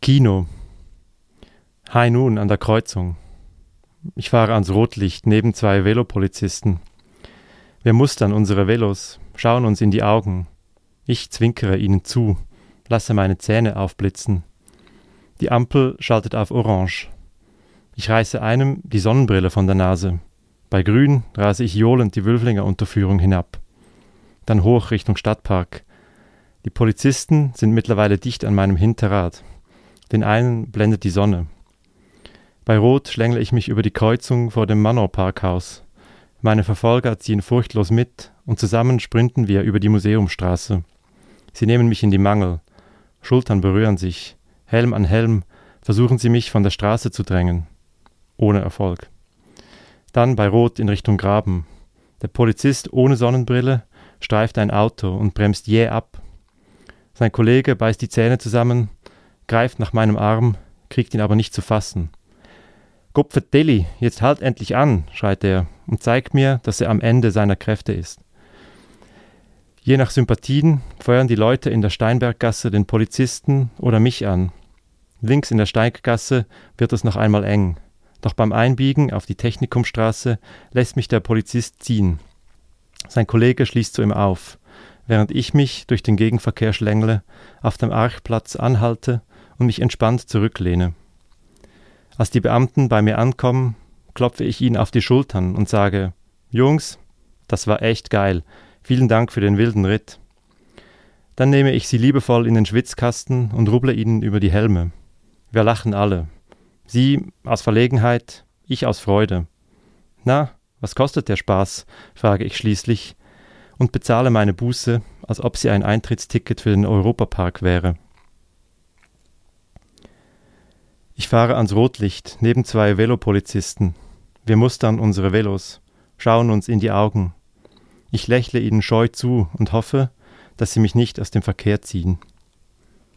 Kino. High Noon an der Kreuzung. Ich fahre ans Rotlicht neben 2 Velopolizisten. Wir mustern unsere Velos, schauen uns in die Augen. Ich zwinkere ihnen zu, lasse meine Zähne aufblitzen. Die Ampel schaltet auf Orange. Ich reiße einem die Sonnenbrille von der Nase. Bei Grün rase ich johlend die Wülflinger Unterführung hinab. Dann hoch Richtung Stadtpark. Die Polizisten sind mittlerweile dicht an meinem Hinterrad. Den einen blendet die Sonne. Bei Rot schlängle ich mich über die Kreuzung vor dem Manor-Parkhaus. Meine Verfolger ziehen furchtlos mit und zusammen sprinten wir über die Museumstraße. Sie nehmen mich in die Mangel. Schultern berühren sich. Helm an Helm versuchen sie mich von der Straße zu drängen. Ohne Erfolg. Dann bei Rot in Richtung Graben. Der Polizist ohne Sonnenbrille streift ein Auto und bremst jäh ab. Sein Kollege beißt die Zähne zusammen, greift nach meinem Arm, kriegt ihn aber nicht zu fassen. »Gopferteli, jetzt halt endlich an«, schreit er und zeigt mir, dass er am Ende seiner Kräfte ist. Je nach Sympathien feuern die Leute in der Steinberggasse den Polizisten oder mich an. Links in der Steiggasse wird es noch einmal eng. Doch beim Einbiegen auf die Technikumstraße lässt mich der Polizist ziehen. Sein Kollege schließt zu ihm auf, während ich mich durch den Gegenverkehr schlängle, auf dem Archplatz anhalte und mich entspannt zurücklehne. Als die Beamten bei mir ankommen, klopfe ich ihnen auf die Schultern und sage: »Jungs, das war echt geil. Vielen Dank für den wilden Ritt.« Dann nehme ich sie liebevoll in den Schwitzkasten und ruble ihnen über die Helme. Wir lachen alle. Sie aus Verlegenheit, ich aus Freude. »Na, was kostet der Spaß?« frage ich schließlich und bezahle meine Buße, als ob sie ein Eintrittsticket für den Europapark wäre. Ich fahre ans Rotlicht neben 2 Velopolizisten. Wir mustern unsere Velos, schauen uns in die Augen. Ich lächle ihnen scheu zu und hoffe, dass sie mich nicht aus dem Verkehr ziehen.